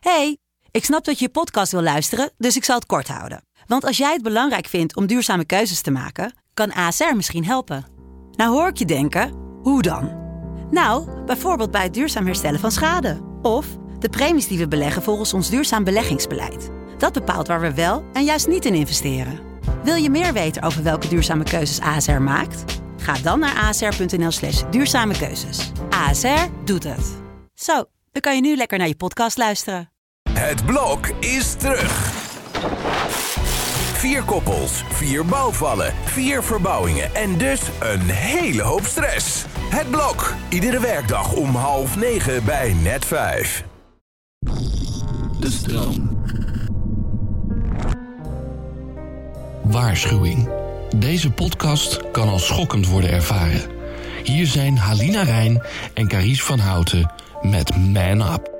Hey, ik snap dat je je podcast wil luisteren, dus ik zal het kort houden. Want als jij het belangrijk vindt om duurzame keuzes te maken, kan ASR misschien helpen. Nou hoor ik je denken, hoe dan? Nou, bijvoorbeeld bij het duurzaam herstellen van schade. Of de premies die we beleggen volgens ons duurzaam beleggingsbeleid. Dat bepaalt waar we wel en juist niet in investeren. Wil je meer weten over welke duurzame keuzes ASR maakt? Ga dan naar asr.nl/duurzame keuzes. ASR doet het. Zo, dan kan je nu lekker naar je podcast luisteren. Het blok is terug. 4 koppels, 4 bouwvallen, 4 verbouwingen en dus een hele hoop stress. Het blok, iedere werkdag om 8:30 bij Net5. De stroom. Waarschuwing. Deze podcast kan als schokkend worden ervaren. Hier zijn Halina Rijn en Carice van Houten met Man Up.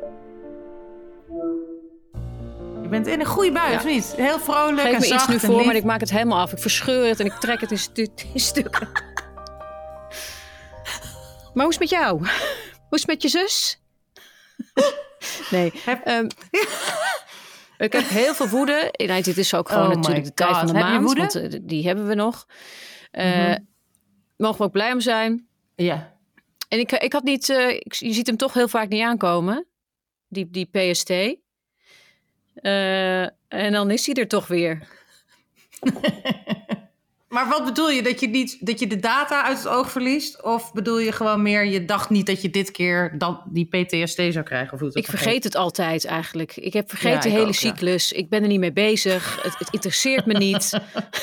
Je bent in een goede bui, of niet? Heel vrolijk Geef en me zacht iets nu en voor lief. me en ik maak het helemaal af. Ik verscheur het en ik trek het in stukken. Maar hoe is het met jou? Hoe is het met je zus? Nee. Ik heb heel veel woede. Nee, dit is ook gewoon Oh natuurlijk my de tijd God. van de Heb je maand. woede? Want die hebben we nog. Mogen we ook blij om zijn. Ja. En ik had niet... je ziet hem toch heel vaak niet aankomen. Die PST. En dan is hij er toch weer. Maar wat bedoel je? Dat je de data uit het oog verliest? Of bedoel je gewoon meer, je dacht niet dat je dit keer die PTSD zou krijgen? Of hoe Ik vergeet het altijd eigenlijk. Ik heb vergeten Ja, de ik hele ook, ja. cyclus. Ik ben er niet mee bezig. Het interesseert me niet.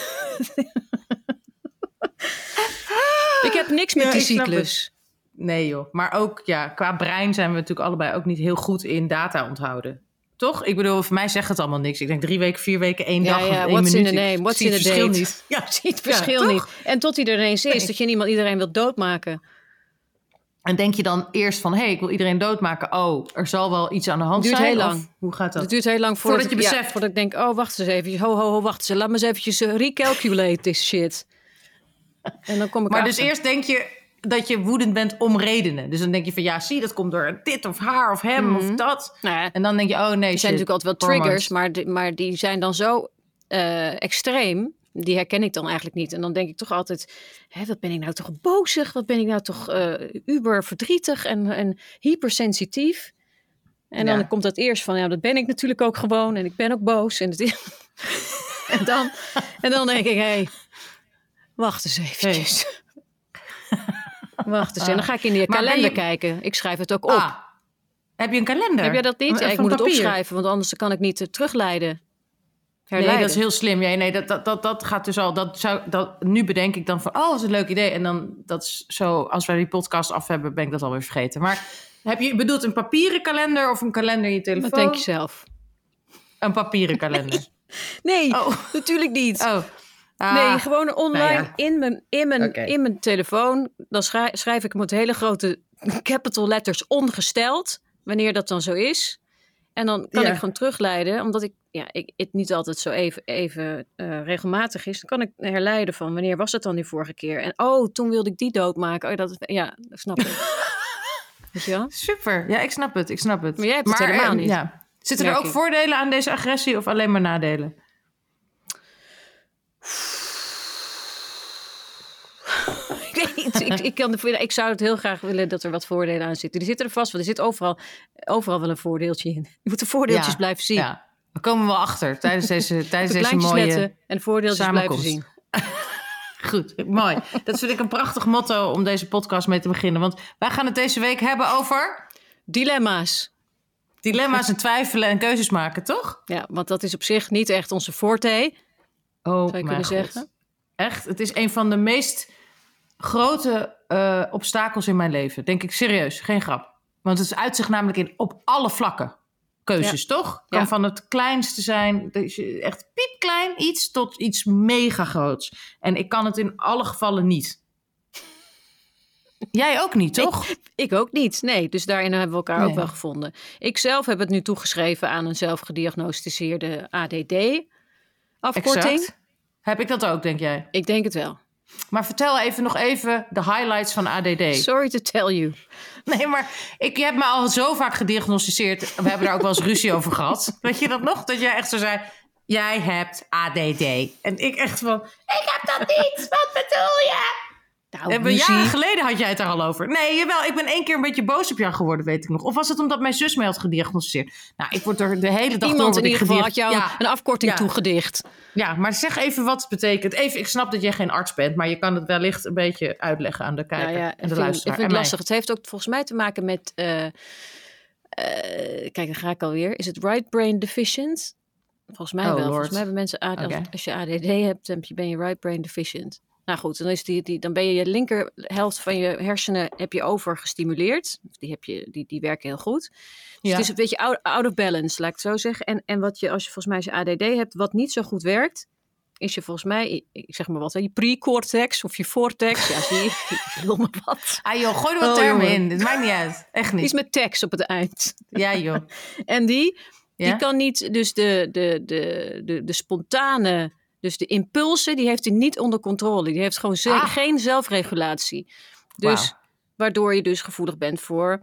Ik heb niks met Ja, die ik snap cyclus. Nee joh. Maar ook, ja, qua brein zijn we natuurlijk allebei ook niet heel goed in data onthouden. Toch? Ik bedoel, voor mij zegt het allemaal niks. Ik denk 3 weken, 4 weken, 1 dag, 1 what's minuut. in the name? What's zie in het the verschil date? niet. Ja, Ik zie het verschil toch? niet. En tot hij er ineens is, dat je iedereen wil doodmaken. En denk je dan eerst van, ik wil iedereen doodmaken. Oh, er zal wel iets aan de hand Het duurt zijn. heel Of lang. hoe gaat dat? Het duurt heel lang Voordat je beseft. voordat ik denk, oh, wacht eens even. Ho, wacht eens. Laat me eens eventjes recalculate this shit. En dan kom ik Maar achter. dus eerst denk je dat je woedend bent om redenen. Dus dan denk je van, ja, zie, dat komt door dit of haar of hem of dat. Nou ja, En dan denk je, oh nee, er zijn natuurlijk altijd wel triggers, maar die zijn dan zo extreem. Die herken ik dan eigenlijk niet. En dan denk ik toch altijd, wat ben ik nou toch bozig? Wat ben ik nou toch uber verdrietig en hypersensitief? En dan komt dat eerst van, ja, dat ben ik natuurlijk ook gewoon. En ik ben ook boos. En dan denk ik, wacht eens eventjes. Wacht eens. En dan ga ik in die Maar ben kalender je- kijken. Ik schrijf het ook op. Ah, heb je een kalender? Heb jij dat niet? Ja, ik Van moet het papier? opschrijven, want anders kan ik niet herleiden. Nee, dat is heel slim. Ja, nee, dat gaat dus al. Nu bedenk ik dan van, dat is een leuk idee. En dan, dat is zo, als wij die podcast af hebben, ben ik dat alweer vergeten. Maar bedoelt een papieren kalender of een kalender in je telefoon? Wat denk je zelf? Een papieren kalender. Nee, Oh. natuurlijk niet. Oh. Nee, gewoon online nou ja. in mijn telefoon. Dan schrijf ik met hele grote capital letters ongesteld. Wanneer dat dan zo is. En dan kan ik gewoon terugleiden. Omdat het niet altijd zo even regelmatig is. Dan kan ik herleiden van wanneer was het dan die vorige keer. En toen wilde ik die doodmaken. Dat snap ik. Weet je wel? Super. Ja, ik snap het. Maar jij hebt het helemaal niet. Ja. Zitten er Merk ook ik. voordelen aan deze agressie of alleen maar nadelen? Ik zou het heel graag willen dat er wat voordelen aan zitten. Die zitten er vast wel. Er zit overal wel een voordeeltje in. Je moet de voordeeltjes blijven zien. Ja, we komen wel achter tijdens deze Kleintjes mooie letten en voordeeltjes blijven samenkomst. zien. Goed, mooi. Dat vind ik een prachtig motto om deze podcast mee te beginnen. Want wij gaan het deze week hebben over Dilemma's. dilemma's en twijfelen en keuzes maken, toch? Ja, want dat is op zich niet echt onze forte. Oh, Zou je kunnen zeggen. Echt, het is een van de meest grote obstakels in mijn leven. Denk ik serieus, geen grap. Want het uit zich namelijk op alle vlakken. Keuzes, toch? Kan van het kleinste zijn, echt piepklein iets, tot iets mega groots. En ik kan het in alle gevallen niet. Jij ook niet, toch? Ik ook niet, nee. Dus daarin hebben we elkaar ook wel gevonden. Ik zelf heb het nu toegeschreven aan een zelfgediagnosticeerde ADD-afkorting. Exact. Heb ik dat ook, denk jij? Ik denk het wel. Maar vertel nog even de highlights van ADD. Sorry to tell you. Nee, maar je hebt me al zo vaak gediagnosticeerd. We hebben daar ook wel eens ruzie over gehad. Weet je dat nog? Dat jij echt zo zei, jij hebt ADD. En ik echt van, ik heb dat niet. Wat bedoel je? Nou, Jaren geleden had jij het daar al over. Nee, jawel, ik ben 1 keer een beetje boos op jou geworden, weet ik nog. Of was het omdat mijn zus mij had gediagnosticeerd? Nou, ik word er de hele dag iemand door... in ieder geval had jou een afkorting toegedicht. Ja, maar zeg even wat het betekent. Even, ik snap dat jij geen arts bent, maar je kan het wellicht een beetje uitleggen aan de kijker en de luisteraar. Ik vind het lastig. Het heeft ook volgens mij te maken met... kijk, dan ga ik alweer. Is het right brain deficient? Volgens mij wel. Lord. Volgens mij hebben mensen... Als je ADD hebt, dan ben je right brain deficient. Nou goed, dan, dan ben je linkerhelft van je hersenen heb je overgestimuleerd. Die werken heel goed. Dus het is een beetje out of balance, laat ik het zo zeggen. En als je volgens mij je ADD hebt, wat niet zo goed werkt, is je volgens mij, ik zeg maar wat, je precortex of je vortex. Ja, zie je, ik wil maar wat. Ah joh, gooi er wat termen in. Dit maakt niet uit. Echt niet. Die is met tex op het eind. Ja joh. En die kan niet, dus de spontane... Dus de impulsen, die heeft hij niet onder controle. Die heeft gewoon geen zelfregulatie. Dus waardoor je dus gevoelig bent voor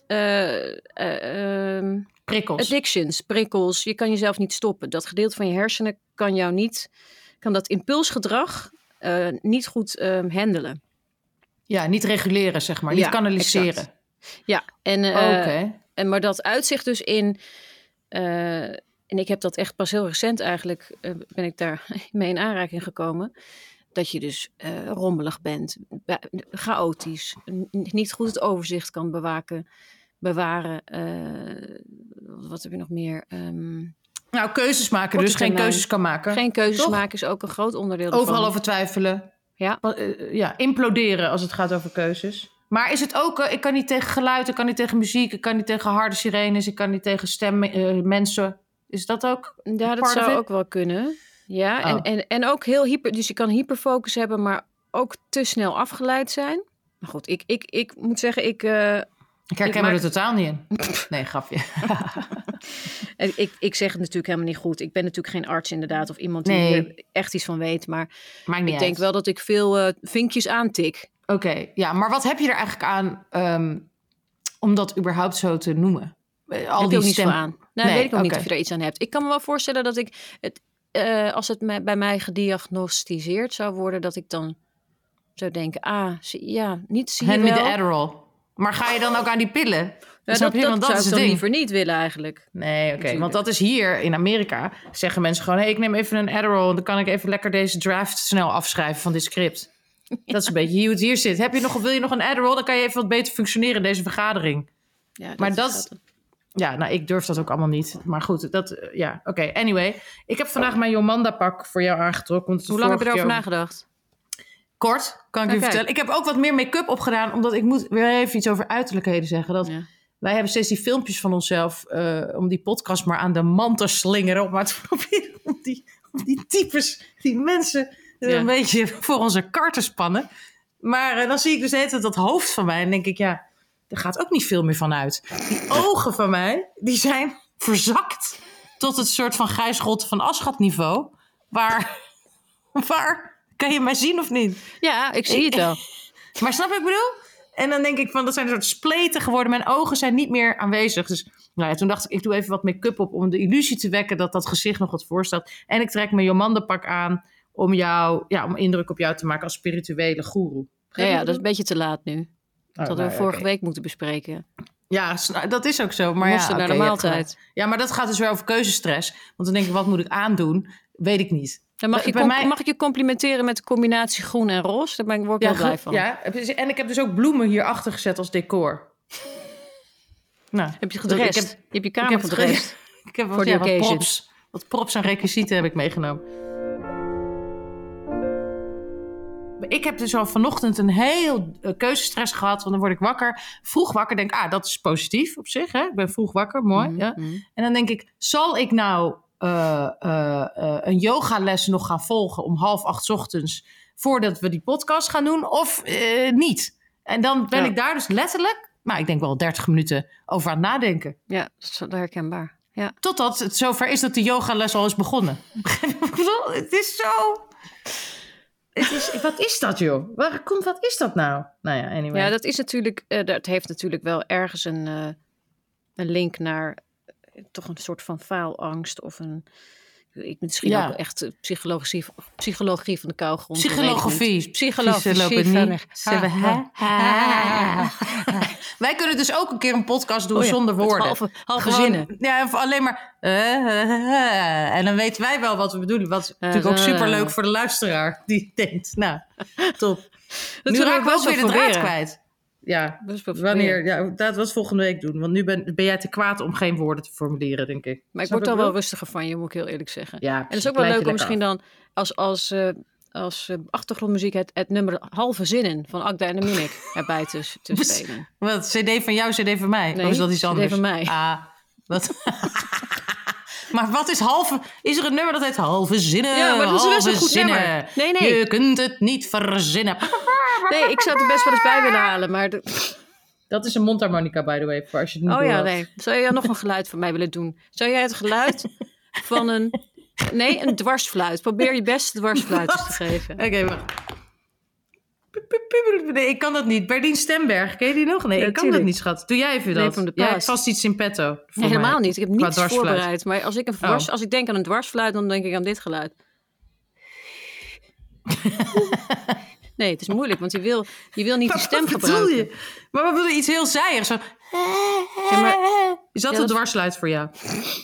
prikkels. Je kan jezelf niet stoppen. Dat gedeelte van je hersenen kan dat impulsgedrag niet goed handelen. Ja, niet reguleren, zeg maar. Niet kanaliseren. Exact. Ja, maar dat uitzicht dus in... En ik heb dat echt pas heel recent eigenlijk, ben ik daar mee in aanraking gekomen. Dat je dus rommelig bent, chaotisch, niet goed het overzicht kan bewaren. Wat heb je nog meer? Nou, keuzes maken, dus geen keuzes kan maken. Geen keuzes maken is ook een groot onderdeel ervan. Overal over twijfelen. Ja. Imploderen als het gaat over keuzes. Maar is het ook, ik kan niet tegen geluid, ik kan niet tegen muziek, ik kan niet tegen harde sirenes, ik kan niet tegen mensen... Is dat ook? Ja, dat zou ook wel kunnen. Ja, en ook heel dus je kan hyperfocus hebben, maar ook te snel afgeleid zijn. Maar goed, ik moet zeggen, ik herken me er totaal niet in. Nee, grapje. ik zeg het natuurlijk helemaal niet goed. Ik ben natuurlijk geen arts inderdaad, of iemand die er echt iets van weet. Maar ik denk wel dat ik veel vinkjes aantik. Oké, ja, maar wat heb je er eigenlijk aan om dat überhaupt zo te noemen? Al die niet zo aan. Nou, weet ik nog niet of je er iets aan hebt. Ik kan me wel voorstellen dat ik als het bij mij gediagnosticeerd zou worden, dat ik dan zou denken, niet zie je wel. Hand me de Adderall. Maar ga je dan ook aan die pillen? Dat zou ik dan liever niet willen eigenlijk. Nee, oké. Want dat is hier in Amerika. Zeggen mensen gewoon, ik neem even een Adderall en dan kan ik even lekker deze draft snel afschrijven van dit script. Ja. Dat is een beetje hoe het hier zit. Wil je nog een Adderall? Dan kan je even wat beter functioneren in deze vergadering. Ja, maar ja, nou, ik durf dat ook allemaal niet. Maar goed, oké. Anyway, ik heb vandaag mijn Jomanda-pak voor jou aangetrokken. Hoe lang heb je erover nagedacht? Kort, kan ik je vertellen. Ik heb ook wat meer make-up opgedaan, omdat ik moet weer even iets over uiterlijkheden zeggen. Wij hebben steeds die filmpjes van onszelf om die podcast maar aan de man te slingeren. Om maar te proberen om die types, die mensen een beetje voor onze kar te spannen. Maar dan zie ik dus de hele tijd dat hoofd van mij en denk ik, er gaat ook niet veel meer van uit. Die ogen van mij, die zijn verzakt tot het soort van Gijs Rotte van Aschat niveau. Waar kan je mij zien of niet? Ja, ik zie het wel. Maar snap je wat ik bedoel? En dan denk ik dat zijn een soort spleten geworden. Mijn ogen zijn niet meer aanwezig. Dus toen dacht ik doe even wat make-up op om de illusie te wekken dat gezicht nog wat voorstelt. En ik trek mijn Jomanda-pak aan om indruk op jou te maken als spirituele goeroe. Ja, dat is een beetje te laat nu. Dat hadden we vorige week moeten bespreken. Ja, dat is ook zo. Maar we moesten naar de maaltijd. Ja, maar dat gaat dus weer over keuzestress. Want dan denk ik, wat moet ik aandoen? Weet ik niet. Dan mag ik je complimenteren met de combinatie groen en roze? Daar word ik wel blij van. Ja, en ik heb dus ook bloemen hierachter gezet als decor. Nou, heb je gedrest? Je hebt je kamer gedrest. Ik heb voor de wat props en requisieten heb ik meegenomen. Ik heb dus al vanochtend een heel keuzestress gehad. Want dan word ik vroeg wakker. Denk, dat is positief op zich. Hè? Ik ben vroeg wakker, mooi. Ja. En dan denk ik, zal ik nou een yogales nog gaan volgen om 7:30 ochtends voordat we die podcast gaan doen of niet? En dan ben ik daar dus letterlijk, ik denk wel 30 minuten over aan het nadenken. Ja, dat is herkenbaar. Ja. Totdat het zover is dat de yogales al is begonnen. Het is zo... Wat is dat, joh? Wat is dat nou? Nou ja, anyway. Ja, dat is natuurlijk... dat heeft natuurlijk wel ergens een link naar... toch een soort van faalangst of een... Misschien ook echt psychologie van de kauwgrond. Psychologie van... Wij kunnen dus ook een keer een podcast doen zonder woorden. Halve zinnen. Ja, alleen maar... en dan weten wij wel wat we bedoelen. Wat natuurlijk ook superleuk voor de luisteraar. Die denkt, nou, top. Nu raak ik ook weer de draad kwijt. Ja, wanneer? Ja, dat was volgende week doen. Want nu ben jij te kwaad om geen woorden te formuleren, denk ik. Maar ik word al wel rustiger van je, moet ik heel eerlijk zeggen. Ja, en het is ook wel leuk om misschien dan als achtergrondmuziek het nummer Halve Zinnen van Agda en de Munnik erbij te spelen. Wat, CD van jou, CD van mij? Nee, of is dat iets anders? CD van mij. Wat? Maar wat is halve... Is er een nummer dat heet Halve Zinnen? Ja, maar dat is best een goed zinnen. nummer. Nee. Je kunt het niet verzinnen. Nee, ik zou het er best wel eens bij willen halen, maar... Dat is een mondharmonica, by the way, voor als je het niet ja, nee. Zou jij nog een geluid van mij willen doen? Zou jij het geluid van een dwarsfluit? Probeer je best dwarsfluitjes te geven. Oké, wacht. Nee, ik kan dat niet. Berdien Stemberg, ken je die nog? Nee, ik kan dat niet, schat. Doe jij even dat. Jij hebt vast iets in petto. Nee, helemaal niet. Ik heb niets voorbereid. Maar als ik denk aan een dwarsfluit, dan denk ik aan dit geluid. Nee, het is moeilijk, want je wil niet die stem gebruiken. Je? Maar wat bedoel je? Iets heel zijig. Zo. Is dat de dwarsfluit voor jou?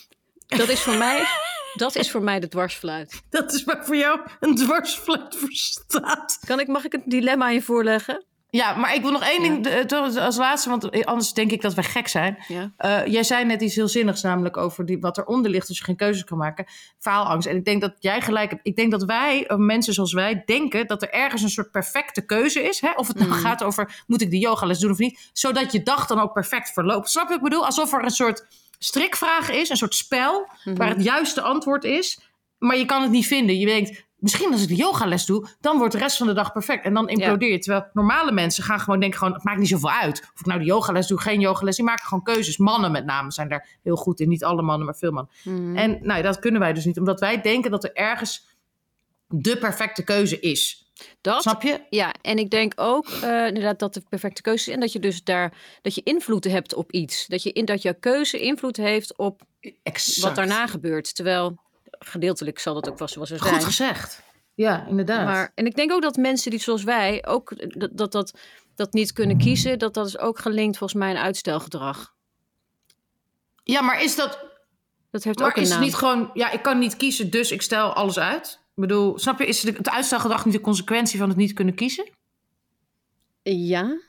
Dat is voor mij de dwarsfluit. Dat is waar voor jou een dwarsfluit voor staat. Mag ik een dilemma aan je voorleggen? Ja, maar ik wil nog één ding als laatste, want anders denk ik dat we gek zijn. Ja. Jij zei net iets heel zinnigs, namelijk over wat eronder ligt als je geen keuzes kan maken. Faalangst. En ik denk dat jij gelijk hebt. Ik denk dat wij, mensen zoals wij, denken dat er ergens een soort perfecte keuze is. Hè? Of het nou gaat over, moet ik die yogales doen of niet? Zodat je dag dan ook perfect verloopt. Snap je wat ik bedoel? Alsof er een soort strikvraag is, een soort spel, waar het juiste antwoord is. Maar je kan het niet vinden. Je denkt, misschien als ik de yogales doe, dan wordt de rest van de dag perfect. En dan implodeer je. Ja. Terwijl normale mensen gaan gewoon denken, het maakt niet zoveel uit. Of ik nou de yogales doe, geen yogales. Die maken gewoon keuzes. Mannen met name zijn daar heel goed in. Niet alle mannen, maar veel mannen. En dat kunnen wij dus niet. Omdat wij denken dat er ergens de perfecte keuze is. Snap je? Ja, en ik denk ook inderdaad dat de perfecte keuze is. En dat je dus dat je invloed hebt op iets. Dat jouw keuze invloed heeft op wat daarna gebeurt. Terwijl gedeeltelijk zal dat ook wel zoals er zijn. Goed gezegd. Ja, inderdaad. En ik denk ook dat mensen die zoals wij ook dat niet kunnen kiezen, dat is ook gelinkt volgens mij aan uitstelgedrag. Ja, maar is dat... Dat heeft maar ook een is naam. Het niet gewoon, ik kan niet kiezen, dus ik stel alles uit? Ik bedoel, snap je, is het uitstelgedrag niet de consequentie van het niet kunnen kiezen? Ja.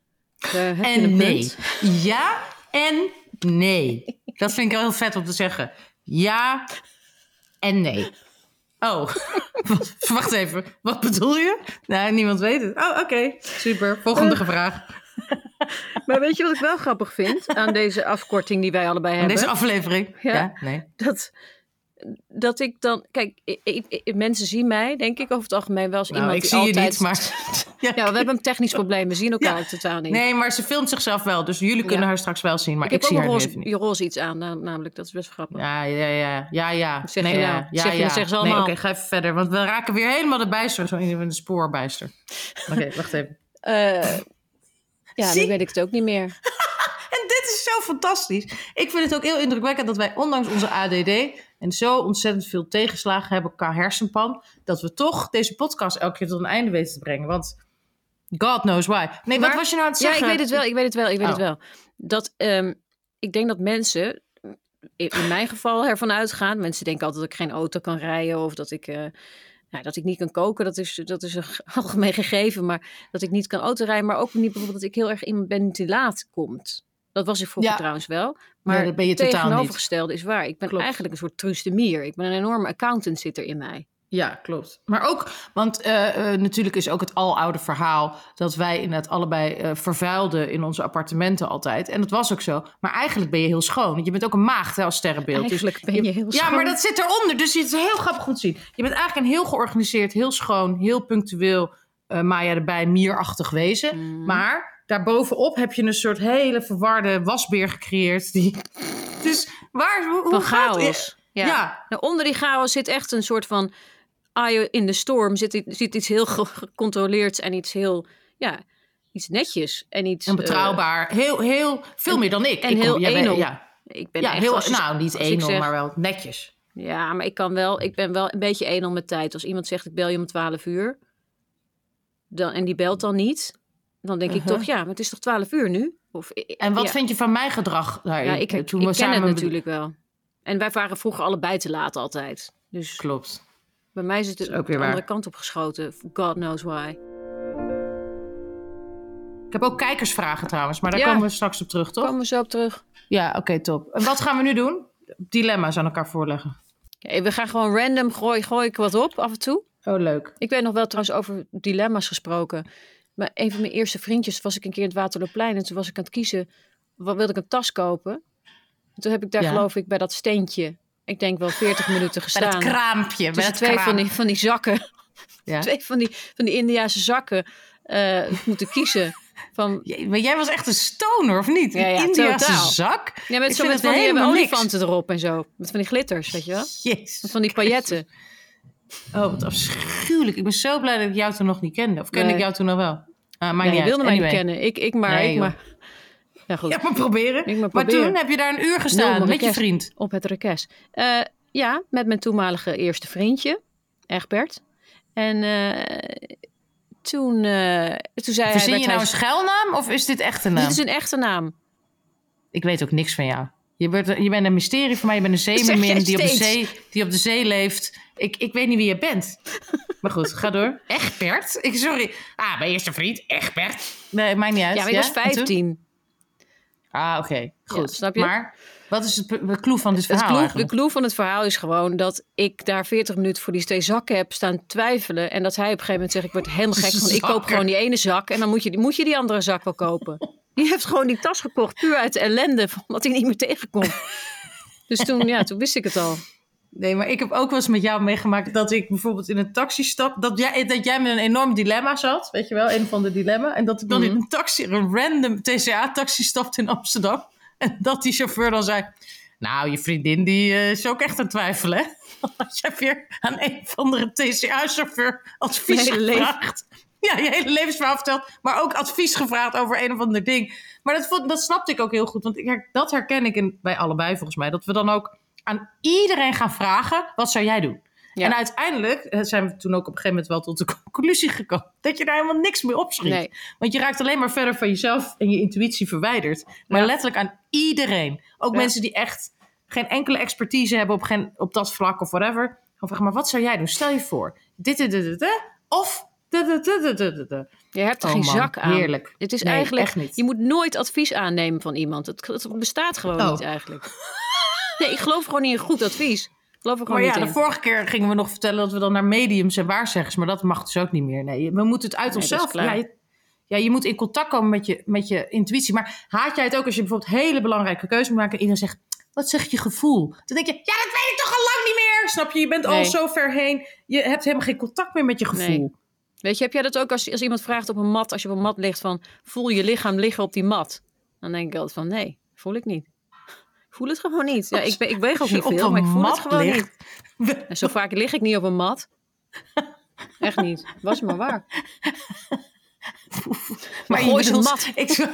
En nee. Ja en nee. Dat vind ik wel heel vet om te zeggen. Ja en nee. Oh, wacht even. Wat bedoel je? Nou, niemand weet het. Oh, oké. Super. Volgende vraag. Maar weet je wat ik wel grappig vind aan deze afkorting die wij allebei hebben? Deze aflevering? Ja, nee. Dat ik dan... Kijk, mensen zien mij, denk ik, over het algemeen wel als iemand ik die zie altijd... je niet, maar... Ja, we hebben een technisch probleem. We zien elkaar totaal niet. Nee, maar ze filmt zichzelf wel. Dus jullie kunnen haar straks wel zien. Maar ik zie haar even niet. Je roze iets aan, namelijk. Dat is best grappig. Ja. Zeg je nou? Zeg ze allemaal. Nee, oké, ga even verder. Want we raken weer helemaal de bijster. Zo in de spoorbijster. Oké, wacht even. Nu weet ik het ook niet meer. En dit is zo fantastisch. Ik vind het ook heel indrukwekkend dat wij ondanks onze ADD... en zo ontzettend veel tegenslagen hebben qua hersenpan... dat we toch deze podcast elke keer tot een einde weten te brengen. Want God knows why. Nee, maar, wat was je nou aan het zeggen? Ja, ik weet het wel. Dat, ik denk dat mensen, in mijn geval, ervan uitgaan... mensen denken altijd dat ik geen auto kan rijden... of dat ik niet kan koken, dat is een algemeen gegeven... maar dat ik niet kan autorijden... maar ook niet bijvoorbeeld dat ik heel erg iemand ben die laat komt... Dat was ik vroeger trouwens wel. Maar dat ben je tegenovergestelde is waar. Ik ben eigenlijk een soort Truus de Mier. Ik ben een enorme accountant zit er in mij. Ja, klopt. Maar ook, want natuurlijk is ook het aloude verhaal... dat wij inderdaad allebei vervuilden in onze appartementen altijd. En dat was ook zo. Maar eigenlijk ben je heel schoon. Want je bent ook een maagd als sterrenbeeld. Eigenlijk ben je heel schoon. Ja, maar dat zit eronder. Dus het is heel grappig om te zien. Je bent eigenlijk een heel georganiseerd, heel schoon... heel punctueel, Maya erbij, mierachtig wezen. Maar... daarbovenop heb je een soort hele verwarde wasbeer gecreëerd. Dus hoe van gaat chaos. Ja. Nou, onder die chaos zit echt een soort van Eye in the Storm zit iets heel gecontroleerd en iets heel, iets netjes. En iets en betrouwbaar. Heel veel meer dan ik. En heel enel. Ik ben echt niet enel, maar wel netjes. Ja, maar ik ben wel een beetje enel met tijd. Als iemand zegt, ik bel je om 12 uur. En die belt dan niet. Dan denk ik toch, maar het is toch 12 uur nu? En wat vind je van mijn gedrag? Ik ken het natuurlijk wel. En wij waren vroeger allebei te laat altijd. Dus klopt. Bij mij is het ook weer de andere kant op geschoten. God knows why. Ik heb ook kijkersvragen trouwens, maar daar komen we straks op terug, toch? Komen we zo op terug. Ja, oké, top. En wat gaan we nu doen? Dilemma's aan elkaar voorleggen. We gaan gewoon random, gooi ik wat op af en toe. Oh, leuk. Ik weet nog wel trouwens over dilemma's gesproken. Maar een van mijn eerste vriendjes was ik een keer in het Waterloopplein. En toen was ik aan het kiezen, wilde ik een tas kopen. En toen heb ik daar geloof ik bij dat steentje, ik denk wel 40 minuten gestaan. Bij het kraampje. Tussen twee van die zakken. Ja. Twee van die Indiase zakken moeten kiezen. Maar jij was echt een stoner, of niet? Ja, Indiase totaal. zak? Ja, met van die olifanten erop en zo. Met van die glitters, weet je wel? Jezus. Met van die pailletten. Oh, wat afschuwelijk. Ik ben zo blij dat ik jou toen nog niet kende. Of kende ik jou toen al wel? Je wilde mij niet kennen. Ik maar. Ja, goed. Ja, maar proberen. Maar toen heb je daar een uur gestaan met je vriend. Op het rekest. Met mijn toenmalige eerste vriendje, Egbert. En toen zei hij... Verzin je nou een schuilnaam of is dit echt een naam? Dit is een echte naam. Ik weet ook niks van jou. Je bent een mysterie voor mij. Je bent een zeemermin die op de zee leeft. Ik weet niet wie je bent. Maar goed, ga door. Egbert? Sorry. Mijn eerste vriend, Egbert. Nee, maakt niet uit. Ja, maar je was 15. Oké. Goed. Ja, snap je? Maar wat is de clue van dit verhaal De clue van het verhaal is gewoon dat ik daar 40 minuten voor die 2 zakken heb staan twijfelen. En dat hij op een gegeven moment zegt, ik word helemaal gek van, ik koop gewoon die ene zak. En dan moet je die andere zak wel kopen. Je hebt gewoon die tas gekocht, puur uit de ellende, omdat hij niet meer tegenkomt. Dus toen wist ik het al. Nee, maar ik heb ook wel eens met jou meegemaakt dat ik bijvoorbeeld in een taxi stap, dat jij met een enorm dilemma zat, weet je wel, een van de dilemma. En dat ik dan in een random TCA-taxi stapte in Amsterdam. En dat die chauffeur dan zei, nou, je vriendin die is ook echt aan het twijfelen, hè? Dat jij weer aan een of andere TCA-chauffeur advies gevraagd. Ja, je hele levensverhaal verteld, maar ook advies gevraagd over een of ander ding. Maar dat snapte ik ook heel goed, want dat herken ik bij allebei volgens mij. Dat we dan ook aan iedereen gaan vragen, wat zou jij doen? Ja. En uiteindelijk zijn we toen ook op een gegeven moment wel tot de conclusie gekomen dat je daar helemaal niks mee opschiet. Nee. Want je raakt alleen maar verder van jezelf en je intuïtie verwijderd. Maar letterlijk aan iedereen. Ook mensen die echt geen enkele expertise hebben op dat vlak of whatever. Dan vraag maar, wat zou jij doen? Stel je voor, of... Je hebt er geen zak aan. Heerlijk. Het is eigenlijk, je moet nooit advies aannemen van iemand. Het bestaat gewoon niet eigenlijk. Nee, ik geloof gewoon niet in goed advies. De vorige keer gingen we nog vertellen dat we dan naar mediums en waarzeggers, maar dat mag dus ook niet meer. Nee, we moeten het uit onszelf. Je moet in contact komen met je intuïtie. Maar haat jij het ook als je bijvoorbeeld hele belangrijke keuze moet maken en iedereen zegt, wat zegt je gevoel? Dan denk je, ja, dat weet ik toch al lang niet meer. Snap je? Je bent al zo ver heen. Je hebt helemaal geen contact meer met je gevoel. Nee. Weet je, heb jij dat ook als iemand vraagt op een mat, als je op een mat ligt, van voel je lichaam liggen op die mat? Dan denk ik altijd van nee, voel ik niet. Ik voel het gewoon niet. Ja, ik weeg ook niet veel, maar ik voel het gewoon niet. En zo vaak lig ik niet op een mat. Echt niet. Was maar waar. Maar Gooise mat.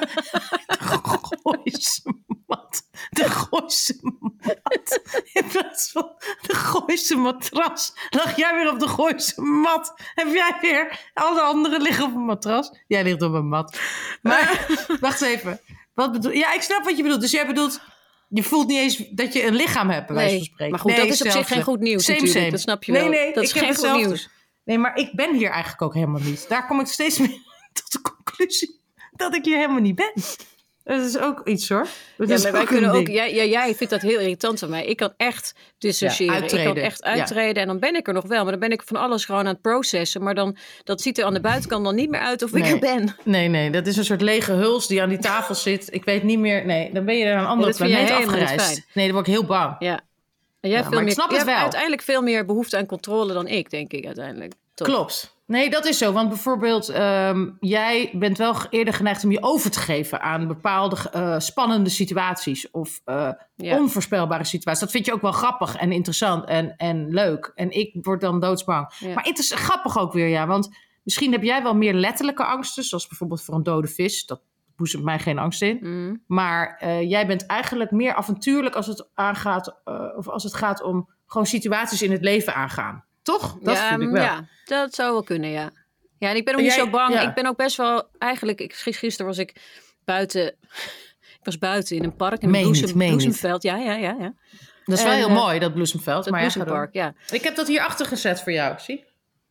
De Gooise mat. In plaats van de Gooise matras. Lag jij weer op de Gooise mat. Heb jij weer alle anderen liggen op een matras. Jij ligt op een mat. Maar wacht even. Wat bedoel? Ja, ik snap wat je bedoelt. Dus jij bedoelt, je voelt niet eens dat je een lichaam hebt, bij wijze van spreken. Maar goed, dat is op zich geen goed nieuws natuurlijk. Dat snap je wel. Nee, dat is geen goed nieuws. Nee, maar ik ben hier eigenlijk ook helemaal niet. Daar kom ik steeds meer tot de conclusie dat ik hier helemaal niet ben. Dat is ook iets hoor. Maar wij kunnen ook. Jij vindt dat heel irritant van mij. Ik kan echt dissociëren. Uittreden. Ik kan echt uittreden en dan ben ik er nog wel. Maar dan ben ik van alles gewoon aan het processen. Maar dan, dat ziet er aan de buitenkant dan niet meer uit of ik er ben. Nee, dat is een soort lege huls die aan die tafel zit. Ik weet niet meer. Nee, dan ben je er aan een andere planeet afgereisd. Nee, dan word ik heel bang. Ja. En jij hebt uiteindelijk veel meer behoefte aan controle dan ik, denk ik uiteindelijk. Toch? Klopt. Nee, dat is zo. Want bijvoorbeeld, jij bent wel eerder geneigd om je over te geven aan bepaalde spannende situaties of onvoorspelbare situaties. Dat vind je ook wel grappig en interessant en leuk. En ik word dan doodsbang. Ja. Maar het is grappig ook weer, ja. Want misschien heb jij wel meer letterlijke angsten, zoals bijvoorbeeld voor een dode vis. Dat boezemt mij geen angst in. Maar jij bent eigenlijk meer avontuurlijk als het aangaat, of als het gaat om gewoon situaties in het leven aangaan. Toch? Dat vind ik wel. Ja, dat zou wel kunnen, ja. Ja, en ik ben ook niet zo bang. Ja. Ik ben ook best wel... Eigenlijk, gisteren was ik buiten... Ik was buiten in een park. In een bloesemveld. Ja. Dat is wel heel mooi, dat bloesemveld. Het bloesempark, ja. Ik heb dat hier achter gezet voor jou, zie?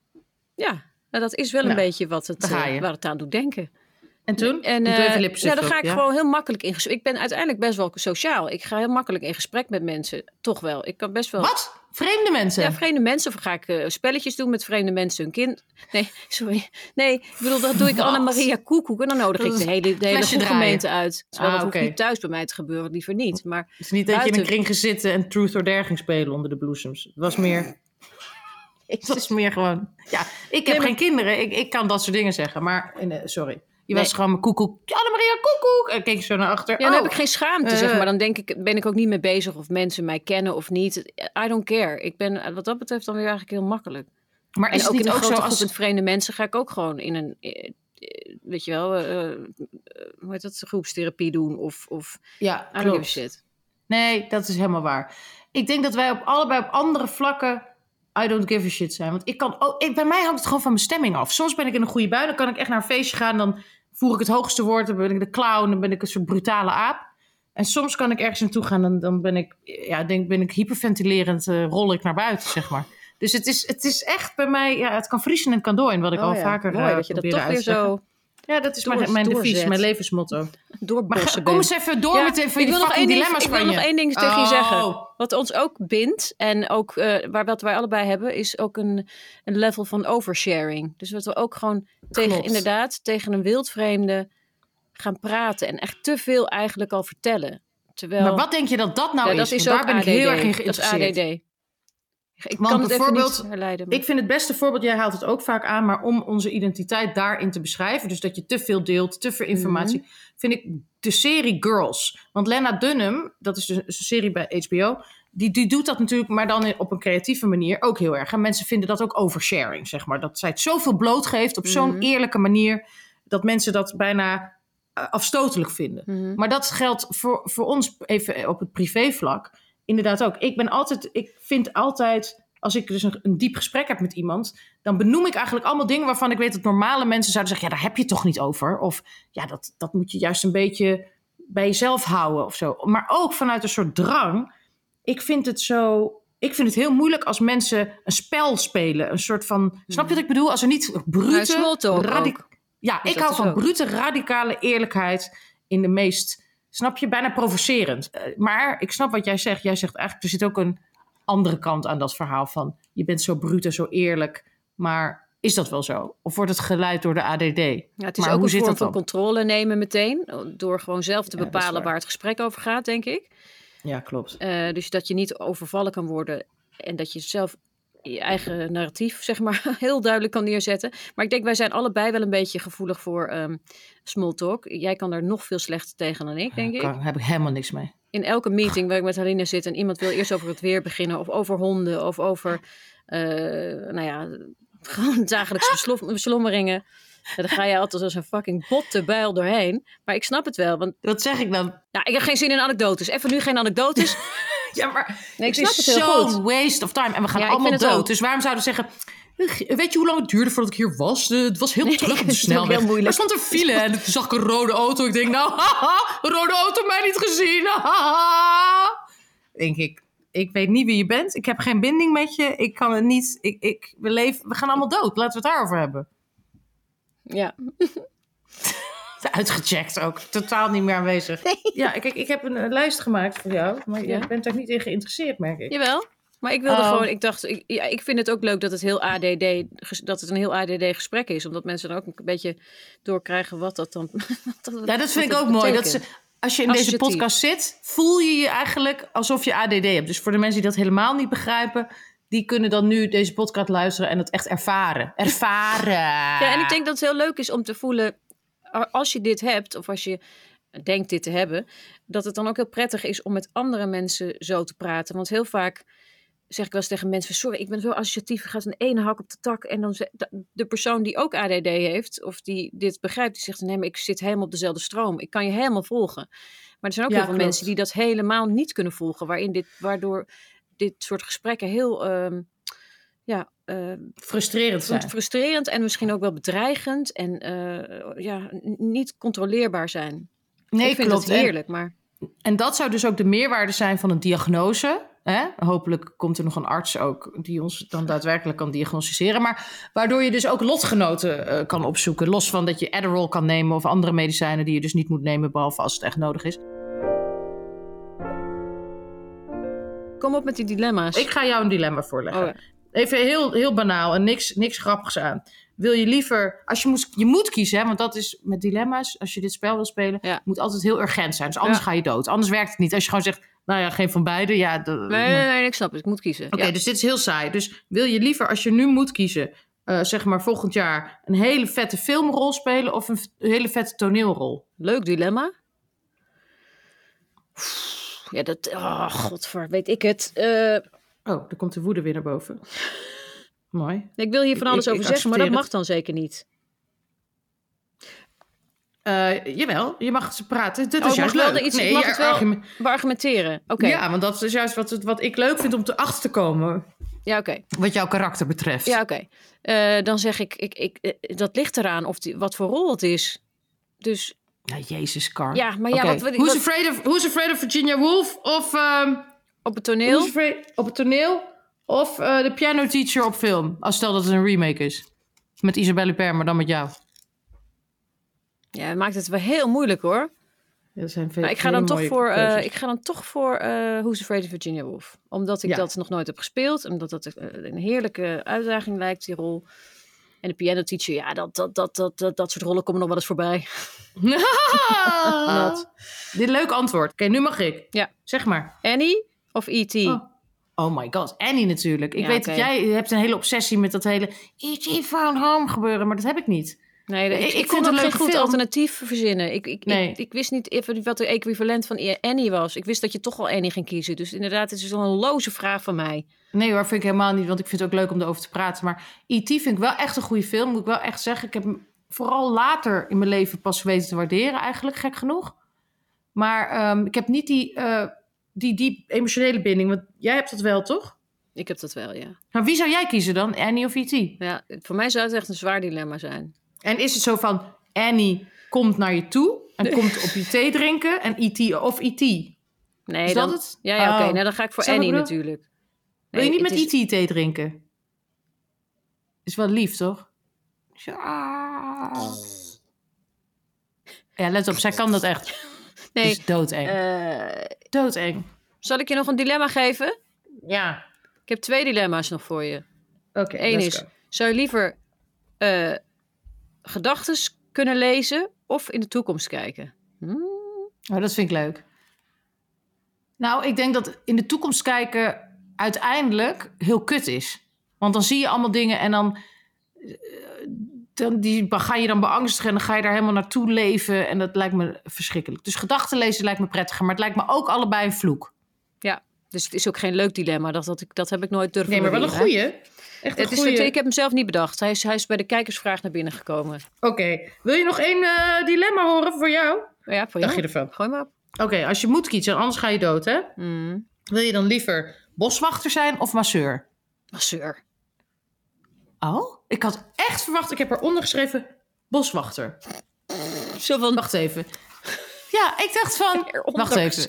Ja, nou, dat is wel een beetje wat waar het aan doet denken. En toen? En dan ga ik gewoon heel makkelijk in gesprek. Ik ben uiteindelijk best wel sociaal. Ik ga heel makkelijk in gesprek met mensen. Toch wel. Ik kan best wel... Wat? Vreemde mensen? Ja, vreemde mensen. Of ga ik spelletjes doen met vreemde mensen, hun kind. Nee, sorry. Nee, ik bedoel, dat doe ik Anne-Maria Koekoek. En dan nodig ik de hele gemeente uit. Terwijl dat hoeft niet thuis bij mij te gebeuren. Liever niet. Maar het is niet dat je in een kring gaat zitten en Truth or Dare ging spelen onder de bloesems. Het was meer... Het was meer gewoon... Ja, ik heb geen kinderen. Ik kan dat soort dingen zeggen. Maar, sorry. Je was gewoon mijn koekoek. Anne-Maria Koekoek. En keek zo naar achter. Ja, dan heb ik geen schaamte, zeg maar. Dan ben ik ook niet mee bezig of mensen mij kennen of niet. I don't care. Ik ben, wat dat betreft, dan weer eigenlijk heel makkelijk. Maar en is het ook niet in een ook grote zo groep met vreemde mensen ga ik ook gewoon in een... weet je wel, hoe heet dat? Groepstherapie doen of ja, I don't give a shit. Nee, dat is helemaal waar. Ik denk dat wij allebei op andere vlakken I don't give a shit zijn. Want bij mij hangt het gewoon van mijn stemming af. Soms ben ik in een goede bui. Dan kan ik echt naar een feestje gaan. Dan voer ik het hoogste woord. Dan ben ik de clown. Dan ben ik een soort brutale aap. En soms kan ik ergens naartoe gaan. En dan ben ik hyperventilerend. Rol ik naar buiten, zeg maar. Dus het is echt bij mij... Ja, het kan vriezen en het kan door. En wat ik al vaker mooi, dat je dat toch weer zo... Ja, dat is mijn devies, mijn levensmotto. Maar kom eens even door met die fucking dilemma's van je. Ik wil nog één ding tegen je zeggen. Wat ons ook bindt en ook wat wij allebei hebben, is ook een level van oversharing. Dus dat we ook gewoon tegen een wildvreemde gaan praten en echt te veel eigenlijk al vertellen. Terwijl, maar wat denk je dat nou is? Dat is daar ook ben ADD. Ik heel erg in geïnteresseerd. Dat is ADD. Ik Want kan het bijvoorbeeld, even niet herleiden. Maar... Ik vind het beste voorbeeld, jij haalt het ook vaak aan, maar om onze identiteit daarin te beschrijven, dus dat je te veel deelt, te veel informatie, vind ik de serie Girls. Want Lena Dunham, dat is een serie bij HBO, die doet dat natuurlijk, maar dan op een creatieve manier ook heel erg. En mensen vinden dat ook oversharing, zeg maar. Dat zij het zoveel blootgeeft op zo'n eerlijke manier, dat mensen dat bijna afstotelijk vinden. Maar dat geldt voor ons even op het privévlak. Inderdaad ook. Ik vind altijd, als ik dus een diep gesprek heb met iemand, dan benoem ik eigenlijk allemaal dingen waarvan ik weet dat normale mensen zouden zeggen, ja, daar heb je het toch niet over. Of ja, dat moet je juist een beetje bij jezelf houden of zo. Maar ook vanuit een soort drang. Ik vind het heel moeilijk als mensen een spel spelen. Een soort van, snap je wat ik bedoel? Als er niet brute... Ja, ik hou van brute, radicale eerlijkheid in de meest... Snap je? Bijna provocerend. Maar ik snap wat jij zegt. Jij zegt eigenlijk, er zit ook een andere kant aan dat verhaal van... je bent zo bruut en zo eerlijk, maar is dat wel zo? Of wordt het geleid door de ADD? Ja, het is ook een vorm van controle nemen meteen. Door gewoon zelf te bepalen waar het gesprek over gaat, denk ik. Ja, klopt. Dus dat je niet overvallen kan worden en dat je zelf... je eigen narratief, zeg maar, heel duidelijk kan neerzetten. Maar ik denk, wij zijn allebei wel een beetje gevoelig voor small talk. Jij kan er nog veel slechter tegen dan ik, denk ik. Daar heb ik helemaal niks mee. In elke meeting waar ik met Haline zit en iemand wil eerst over het weer beginnen, of over honden, of over, gewoon dagelijkse beslommeringen. Dan ga je altijd als een fucking botte bijl doorheen. Maar ik snap het wel. Want... Wat zeg ik dan? Nou, ik heb geen zin in anekdotes. Even nu geen anekdotes. Ja, maar ik snap het heel goed. Zo'n waste of time. En we gaan allemaal dood. Dus waarom zouden we zeggen... Weet je hoe lang het duurde voordat ik hier was? Het was heel terug op de snelweg. Er stond een file en toen zag ik een rode auto. Ik denk, nou, een rode auto, mij niet gezien. Denk ik. Ik weet niet wie je bent. Ik heb geen binding met je. Ik kan het niet... We gaan allemaal dood. Laten we het daarover hebben. Ja. Uitgecheckt ook. Totaal niet meer aanwezig. Nee. Ja, kijk, ik heb een lijst gemaakt voor jou. Maar je bent daar niet in geïnteresseerd, merk ik. Jawel. Maar ik wilde gewoon... Ik dacht, ik vind het ook leuk dat het een heel ADD gesprek is. Omdat mensen dan ook een beetje doorkrijgen wat dat dan... dat vind ik ook mooi. Als je in deze podcast zit, voel je je eigenlijk alsof je ADD hebt. Dus voor de mensen die dat helemaal niet begrijpen... die kunnen dan nu deze podcast luisteren en het echt ervaren. Ja, en ik denk dat het heel leuk is om te voelen, als je dit hebt, of als je denkt dit te hebben, dat het dan ook heel prettig is om met andere mensen zo te praten. Want heel vaak zeg ik wel eens tegen mensen, sorry, ik ben zo associatief, ik ga een ene hak op de tak. En dan de persoon die ook ADD heeft, of die dit begrijpt, die zegt, nee, maar ik zit helemaal op dezelfde stroom. Ik kan je helemaal volgen. Maar er zijn ook heel veel mensen die dat helemaal niet kunnen volgen, waardoor dit soort gesprekken heel frustrerend zijn. Frustrerend en misschien ook wel bedreigend en niet controleerbaar zijn. Nee, ik vind klopt. het heerlijk, maar... En dat zou dus ook de meerwaarde zijn van een diagnose. Hè? Hopelijk komt er nog een arts ook die ons dan daadwerkelijk kan diagnosticeren. Maar waardoor je dus ook lotgenoten kan opzoeken. Los van dat je Adderall kan nemen of andere medicijnen die je dus niet moet nemen, behalve als het echt nodig is. Kom op met die dilemma's. Ik ga jou een dilemma voorleggen. Oh, ja. Even heel banaal en niks grappigs aan. Wil je liever, als je moet kiezen, hè, want dat is met dilemma's, als je dit spel wil spelen, moet altijd heel urgent zijn. Dus anders ga je dood. Anders werkt het niet. Als je gewoon zegt, nou ja, geen van beide. Ja, nee, ik snap het. Ik moet kiezen. Oké, dus dit is heel saai. Dus wil je liever, als je nu moet kiezen, zeg maar volgend jaar, een hele vette filmrol spelen of een hele vette toneelrol? Leuk dilemma. Ja, dat... Oh, godver, weet ik het. Er komt de woede weer naar boven. Mooi. Ik wil hier van alles over zeggen, maar dat mag dan zeker niet. Jawel, je mag ze praten. Dit is is juist leuk. Ik mag het wel beargumenteren. Okay. Ja, want dat is juist wat ik leuk vind om erachter te komen. Ja, oké. Wat jouw karakter betreft. Ja, oké. Dan zeg ik dat ligt eraan wat voor rol het is. Dus... Ja, Jezus, Kar. Ja, maar ja, Who's Afraid of Virginia Woolf? Of... op het toneel? Op het toneel? Of de piano teacher op film? Als stel dat het een remake is. Met Isabelle Huppert, maar dan met jou. Ja, het maakt het wel heel moeilijk, hoor. Ja, dat zijn veel, maar ik ga dan toch voor Who's Afraid of Virginia Woolf. Omdat ik dat nog nooit heb gespeeld. Omdat dat een heerlijke uitdaging lijkt, die rol. En de piano teacher, ja, dat soort rollen komen nog wel eens voorbij. Dit leuk antwoord. Oké, nu mag ik. Ja. Zeg maar. Annie of E.T.? Oh my god, Annie natuurlijk. Ik weet dat jij hebt een hele obsessie met dat hele E.T. Found Home gebeuren, maar dat heb ik niet. Nee, ik kon ook geen goed alternatief verzinnen. Ik wist niet even wat de equivalent van Annie was. Ik wist dat je toch al Annie ging kiezen. Dus inderdaad, het is wel een loze vraag van mij. Nee hoor, vind ik helemaal niet. Want ik vind het ook leuk om erover te praten. Maar E.T. vind ik wel echt een goede film. Moet ik wel echt zeggen. Ik heb hem vooral later in mijn leven pas weten te waarderen eigenlijk. Gek genoeg. Maar ik heb niet die emotionele binding. Want jij hebt dat wel, toch? Ik heb dat wel, ja. Maar wie zou jij kiezen dan? Annie of E.T.? Ja, voor mij zou het echt een zwaar dilemma zijn. En is het zo van, Annie komt naar je toe en komt op je thee drinken en E.T. of E.T.? Nee, is dat het? Ja, oké. Nou, dan ga ik voor Annie natuurlijk. Wil je niet met E.T. thee drinken? Is wel lief, toch? Ja, let op, zij kan dat echt. Nee. Het is doodeng. Doodeng. Zal ik je nog een dilemma geven? Ja. Ik heb 2 dilemma's nog voor je. Oké, Eén is, zou je liever gedachten kunnen lezen of in de toekomst kijken? Oh, dat vind ik leuk. Nou, ik denk dat in de toekomst kijken uiteindelijk heel kut is. Want dan zie je allemaal dingen en dan ga je dan beangstigen en dan ga je daar helemaal naartoe leven. En dat lijkt me verschrikkelijk. Dus gedachten lezen lijkt me prettiger, maar het lijkt me ook allebei een vloek. Ja, dus het is ook geen leuk dilemma. Dat heb ik nooit durven. Nee, maar wel een goeie. Echt een goeie. Ik heb hem zelf niet bedacht. Hij is bij de kijkersvraag naar binnen gekomen. Oké. Wil je nog 1 dilemma horen voor jou? Ja, voor jou. Dacht je ervan? Gooi maar op. Oké, als je moet kiezen, anders ga je dood, hè? Wil je dan liever boswachter zijn of masseur? Masseur. Oh? Ik had echt verwacht, ik heb eronder geschreven boswachter. Zo van... Wacht even. Ja, ik dacht van... Wacht even.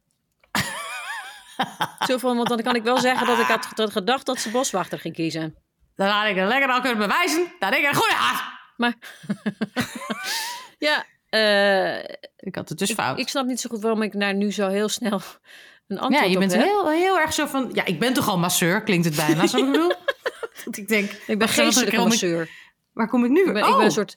Zo van, want dan kan ik wel zeggen dat ik had gedacht dat ze boswachter ging kiezen. Dan had ik het lekker al kunnen bewijzen dat ik een goede had. Maar... ja, ik had het dus fout. Ik snap niet zo goed waarom ik daar nu zo heel snel een antwoord op heb. Ja, je bent heel erg zo van... Ja, ik ben toch al masseur, klinkt het bijna. Zo ik bedoel. Dat ik denk... Ik ben geestelijke masseur. Waar kom ik nu? Ik ben een soort...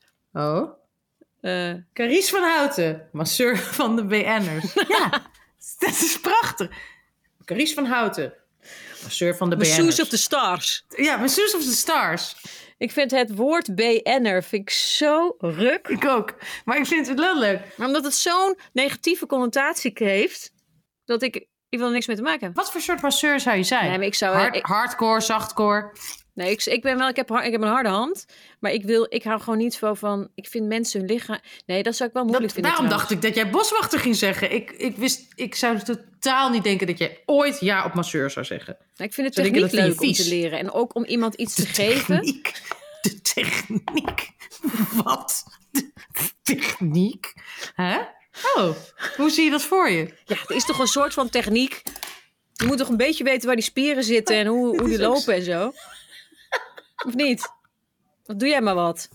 Carice van Houten, masseur van de BN'ers. Ja, dat is prachtig. Carice van Houten, Masseur van de BN'ers. Masseuse of the Stars. Ja, Masseuse of the Stars. Ik vind het woord BN'er vind ik zo ruk. Ik ook. Maar ik vind het wel leuk. Maar omdat het zo'n negatieve connotatie heeft, dat ik wil er niks mee te maken hebben. Wat voor soort masseur zou je zijn? Nee, maar ik zou... Hardcore, zachtcore? Nee, ik heb een harde hand. Maar ik hou gewoon niet van... Ik vind mensen hun lichaam... Nee, dat zou ik wel moeilijk vinden. Daarom dacht ik dat jij boswachter ging zeggen. Ik zou totaal niet denken dat jij ooit ja op masseur zou zeggen. Nou, ik vind de techniek leuk om te leren. En ook om iemand iets te geven. De techniek? Wat? De techniek? Hè? Oh, hoe zie je dat voor je? Ja, het is toch een soort van techniek. Je moet toch een beetje weten waar die spieren zitten en hoe die lopen en zo. Of niet? Wat doe jij maar wat?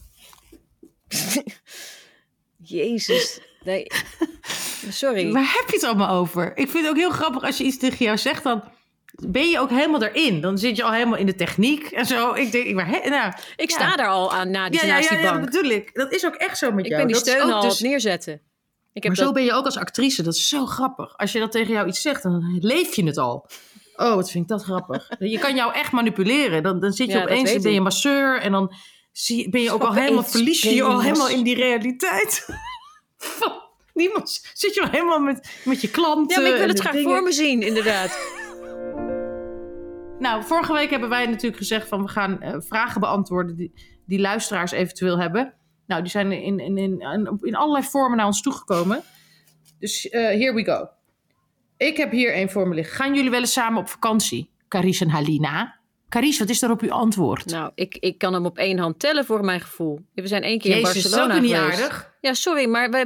Jezus. Nee. Sorry. Waar heb je het allemaal over? Ik vind het ook heel grappig als je iets tegen jou zegt, dan ben je ook helemaal erin. Dan zit je al helemaal in de techniek en zo. Ik sta daar al aan naast die bank. Ja, dat bedoel ik. Dat is ook echt zo met jou. Ik ben die steun al neerzetten. Zo ben je ook als actrice. Dat is zo grappig. Als je dat tegen jou iets zegt, dan leef je het al. Oh, wat vind ik dat grappig. Je kan jou echt manipuleren. Dan zit je opeens, ben je masseur en dan ben je ook al helemaal, verlies je al helemaal in die realiteit. Niemand zit je al helemaal met je klanten. Ja, maar ik wil het graag voor me zien, inderdaad. Nou, vorige week hebben wij natuurlijk gezegd van we gaan vragen beantwoorden die luisteraars eventueel hebben. Nou, die zijn in allerlei vormen naar ons toegekomen. Dus here we go. Ik heb hier één voor me liggen. Gaan jullie wel eens samen op vakantie? Carice en Halina. Carice, wat is daarop uw antwoord? Nou, ik kan hem op één hand tellen voor mijn gevoel. We zijn 1 keer in Barcelona geweest. Jezus, is niet aardig? Ja, sorry, maar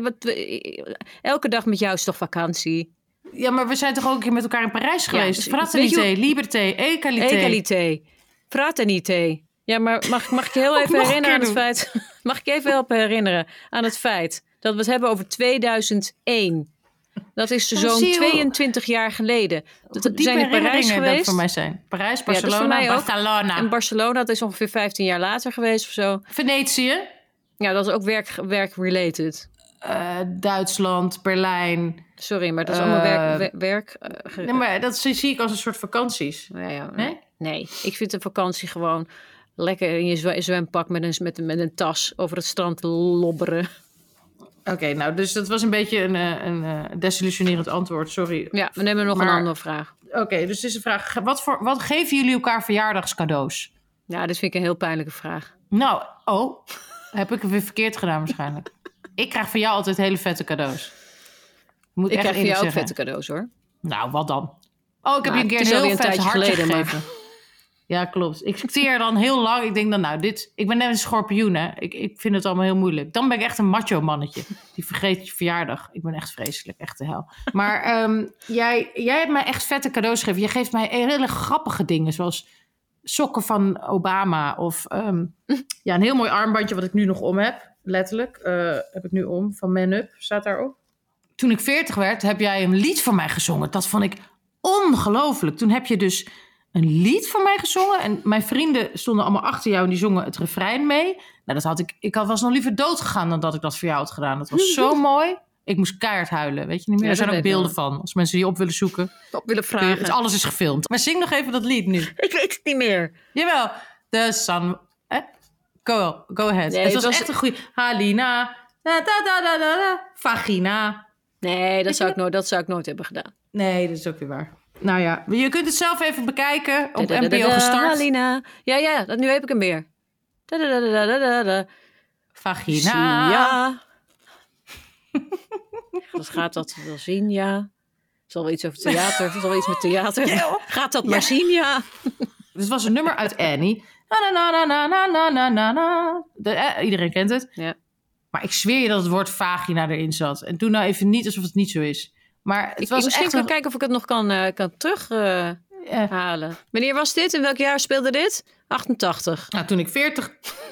elke dag met jou is toch vakantie? Ja, maar we zijn toch ook een keer met elkaar in Parijs geweest? Fraternité, liberté, égalité. Fraternité. Ja, maar mag ik je heel even herinneren aan het feit... Mag ik je even helpen herinneren aan het feit dat we het hebben over 2001. Dat is zo'n 22 jaar geleden. We zijn in Parijs geweest. Dat voor mij zijn. Parijs, Barcelona, ja, Barcelona. En Barcelona, dat is ongeveer 15 jaar later geweest of zo. Venetië. Ja, dat is ook werk-related. Duitsland, Berlijn. Sorry, maar dat is allemaal werk. Nee, maar dat zie ik als een soort vakanties. Ja, nee, ik vind een vakantie gewoon lekker in je zwempak met een tas over het strand lobberen. Oké, nou, dus dat was een beetje een desillusionerend antwoord, sorry. Ja, we nemen nog een andere vraag. Oké, dus dit is een vraag. Wat geven jullie elkaar verjaardagscadeaus? Ja, dit vind ik een heel pijnlijke vraag. Nou, heb ik het weer verkeerd gedaan waarschijnlijk. Ik krijg van jou altijd hele vette cadeaus. Ik krijg van jou ook vette cadeaus, hoor. Nou, wat dan? Ik heb je een keer een heel vet hartje gegeven. Maar... Ja, klopt. Ik acteer dan heel lang. Ik denk dan, ik ben net een schorpioen, hè. Ik vind het allemaal heel moeilijk. Dan ben ik echt een macho mannetje. Die vergeet je verjaardag. Ik ben echt vreselijk, echt de hel. Maar jij hebt mij echt vette cadeaus gegeven. Je geeft mij hele grappige dingen, zoals sokken van Obama. Of een heel mooi armbandje wat ik nu nog om heb. Letterlijk heb ik nu om, van Man Up, staat daarop. Toen ik 40 werd, heb jij een lied voor mij gezongen. Dat vond ik ongelooflijk. Toen heb je dus een lied voor mij gezongen. En mijn vrienden stonden allemaal achter jou en die zongen het refrein mee. Nou, ik was nog liever dood gegaan dan dat ik dat voor jou had gedaan. Dat was zo mooi. Ik moest keihard huilen, weet je niet meer? Er zijn ook beelden van, als mensen die op willen zoeken. Op willen vragen. Alles is gefilmd. Maar zing nog even dat lied nu. Ik weet het niet meer. Jawel. The sun... Go ahead. Nee, het was echt een goede... Halina. Vagina. Nee, dat zou ik nooit hebben gedaan. Nee, dat is ook weer waar. Nou ja, je kunt het zelf even bekijken. Op NPO gestart. Halina. Ja, nu heb ik hem weer. Vagina. Ja. Dat gaat dat wel zien, ja. Zal wel iets over theater. Zal wel iets met theater. Ja, gaat dat maar zien, ja. Het was een nummer uit Annie. Iedereen kent het. Ja. Maar ik zweer je dat het woord vagina erin zat. En doe nou even niet alsof het niet zo is. Maar het was misschien echt kan kijken of ik het nog kan terughalen. Wanneer was dit? In welk jaar speelde dit? 88. Nou, toen ik 40...